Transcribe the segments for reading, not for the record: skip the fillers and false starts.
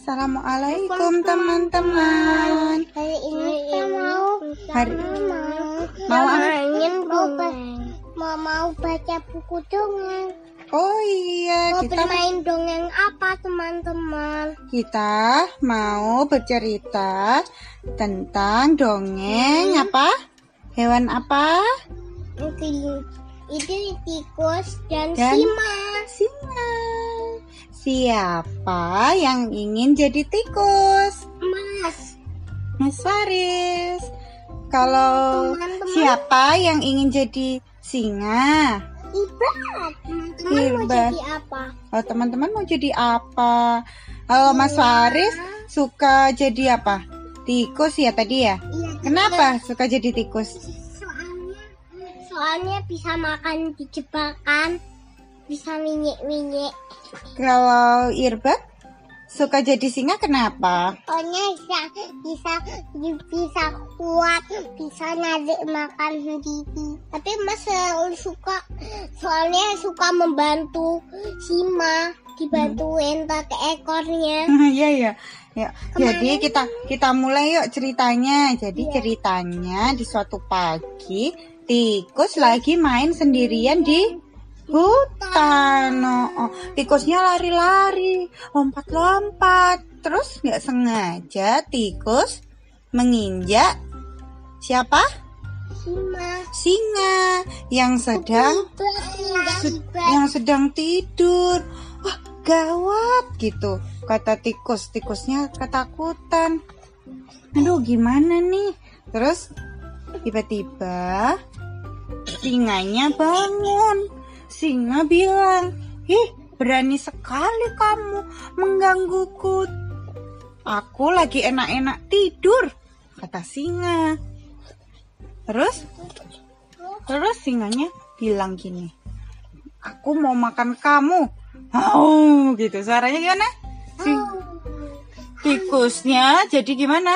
Assalamualaikum teman-teman. Hari ini kita mau baca buku dongeng. Oh iya, kita bermain dongeng apa teman-teman? Kita mau bercerita tentang dongeng apa? Hewan apa? Itu tikus dan singa. Siapa yang ingin jadi tikus? Mas Faris. Kalau teman-teman, siapa yang ingin jadi singa? Teman-teman mau jadi apa? Oh, teman-teman mau jadi apa? Kalau Mas Faris suka jadi apa? Tikus ya tadi ya? Iya, Kenapa suka jadi tikus? Soalnya bisa makan di jebakan, bisa minyek-minyek. Kalau Irbad suka jadi singa kenapa? Soalnya bisa kuat, bisa narik makan sendiri. Tapi Mas suka, soalnya suka membantu Sima, dibantuin pakai ekornya. Iya ya. Ya. Jadi kita mulai yuk ceritanya. Jadi ceritanya di suatu pagi tikus lagi main sendirian di hutan. Tikusnya lari-lari, lompat-lompat. Terus nggak sengaja tikus menginjak siapa? Singa yang sedang tidur. Wah, gawat gitu, kata tikusnya ketakutan. Aduh, gimana nih? Terus tiba-tiba singanya bangun. Singa bilang, "Ih, berani sekali kamu menggangguku. Aku lagi enak-enak tidur," kata singa. Terus singanya bilang gini, "Aku mau makan kamu." Oh, gitu. Suaranya gimana? Tikusnya jadi gimana?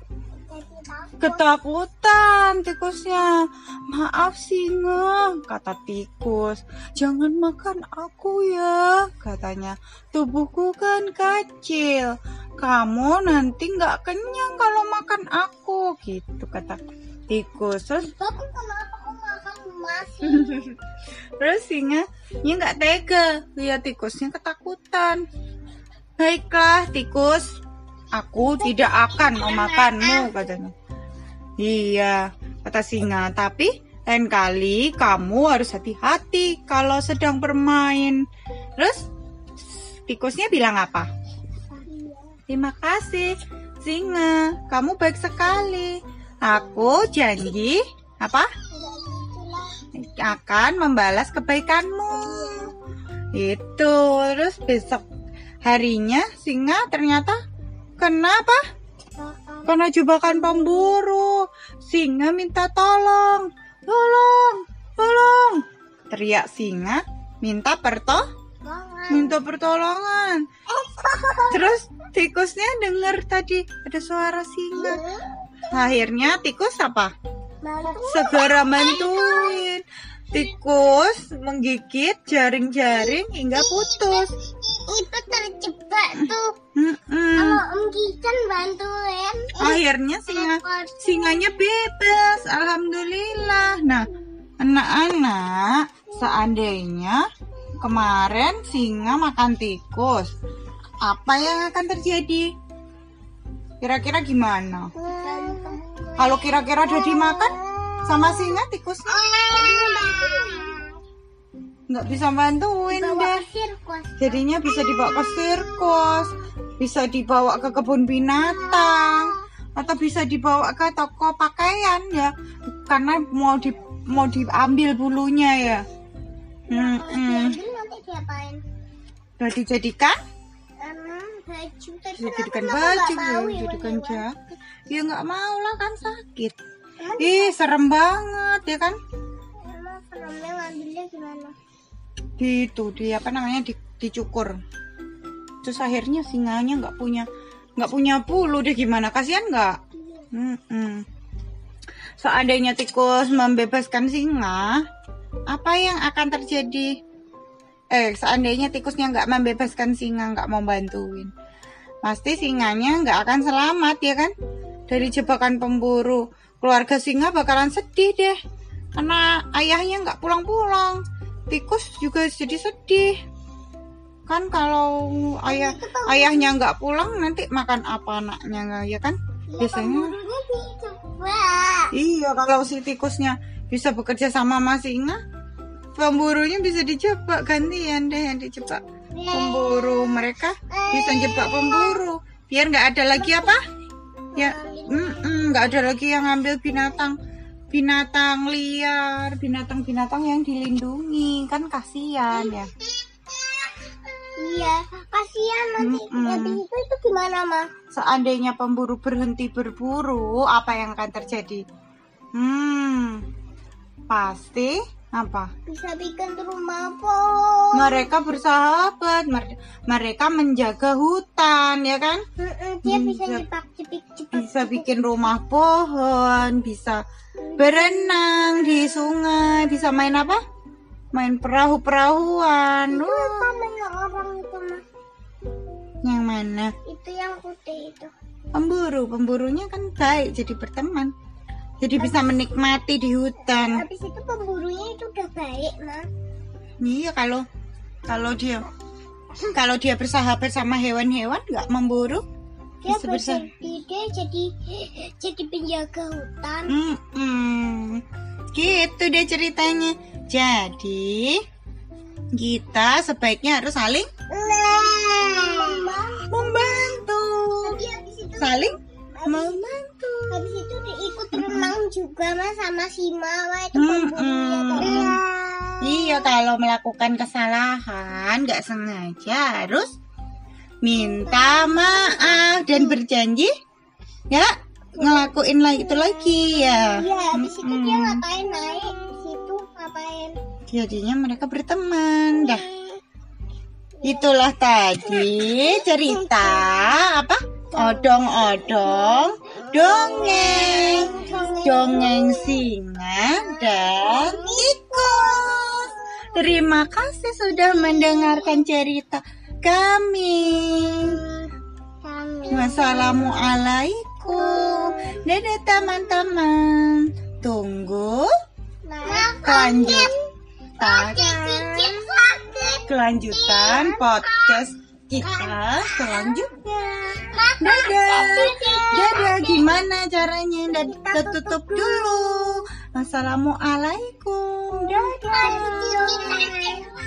Ketakutan tikusnya. "Maaf singa," kata tikus, "jangan makan aku ya," katanya. "Tubuhku kan kecil, kamu nanti nggak kenyang kalau makan aku," gitu kata tikus. Terus singa nggak tega lihat tikusnya ketakutan. "Baiklah tikus, aku tidak akan memakanmu," katanya. "Iya," kata singa, "tapi lain kali kamu harus hati-hati kalau sedang bermain." Terus tikusnya bilang apa? "Terima kasih singa, kamu baik sekali. Aku janji apa? Akan membalas kebaikanmu." Itu. Terus besok harinya singa ternyata kenapa? Karena jebakan pemburu. Singa minta tolong. Tolong. Teriak singa minta pertolongan. Terus tikusnya dengar tadi ada suara singa. Akhirnya tikus apa? Segera bantuin. Tikus menggigit jaring-jaring hingga putus. Itu terjebak tuh. Kalau Om Kican bantuin. Akhirnya singanya bebas. Alhamdulillah. Nah, anak-anak, seandainya kemarin singa makan tikus, apa yang akan terjadi? Kira-kira gimana? Kalau kira-kira udah dimakan sama singa, tikusnya nggak bisa bantuin deh. Jadinya bisa dibawa ke sirkus, bisa dibawa ke kebun binatang, atau bisa dibawa ke toko pakaian ya, karena mau diambil bulunya ya. Nanti diapain? Udah dijadikan? Baju. Dijadikan baju, dijadikan jaket. Ya nggak mau lah, kan sakit. Ih, serem banget ya kan? Emang seremnya ngambilnya gimana? Dicukur. Terus akhirnya singanya nggak punya bulu deh, gimana, kasihan nggak? Seandainya tikus membebaskan singa, apa yang akan terjadi? Seandainya tikusnya nggak membebaskan singa, nggak mau bantuin, pasti singanya nggak akan selamat ya kan, dari jebakan pemburu. Keluarga singa bakalan sedih deh, karena ayahnya nggak pulang-pulang. Tikus juga jadi sedih kan, kalau ayahnya nggak pulang, nanti makan apa anaknya ya kan? Biasanya iya, kalau si tikusnya bisa bekerja sama sama singa, pemburunya bisa dijebak, gantian deh yang dijebak pemburu. Mereka bisa jebak pemburu biar nggak ada lagi apa ya, nggak ada lagi yang ngambil binatang liar, binatang yang dilindungi kan, kasihan ya. Iya, kasihan nanti. Habis itu gimana, Ma? Seandainya pemburu berhenti berburu, apa yang akan terjadi? Pasti apa? Bisa bikin rumah pohon. Mereka bersahabat, mereka menjaga hutan ya kan? Dia bisa jepit. Bisa bikin rumah pohon, bisa berenang di sungai, bisa main apa? Main perahu-perahuan. Namanya orang itu, Ma. Yang mana? Itu yang putih itu. Pemburunya kan baik, jadi berteman. Jadi bisa menikmati di hutan. Habis itu pemburunya itu udah baik, Ma. Iya, kalau dia bersahabat sama hewan-hewan, nggak memburu. Dia jadi penjaga hutan. Gitu deh ceritanya. Jadi kita sebaiknya harus saling membantu. Saling membantu. Habis itu ikut renang juga, Mas, sama Sima, itu pemburunya. Iya, kalau melakukan kesalahan nggak sengaja harus minta maaf dan berjanji ya ngelakuin itu lagi ya. Iya, habis itu dia ngapain naik di situ, ngapain? Jadinya mereka berteman dah. Itulah tadi cerita apa? Odong-odong, dongeng singa dan tikus. Terima kasih sudah mendengarkan cerita kami. Wassalamualaikum. Dadah teman-teman. Tunggu kelanjutan podcast kita selanjutnya. Dadah. Gimana caranya? Tutup dulu. Assalamualaikum. Dadah.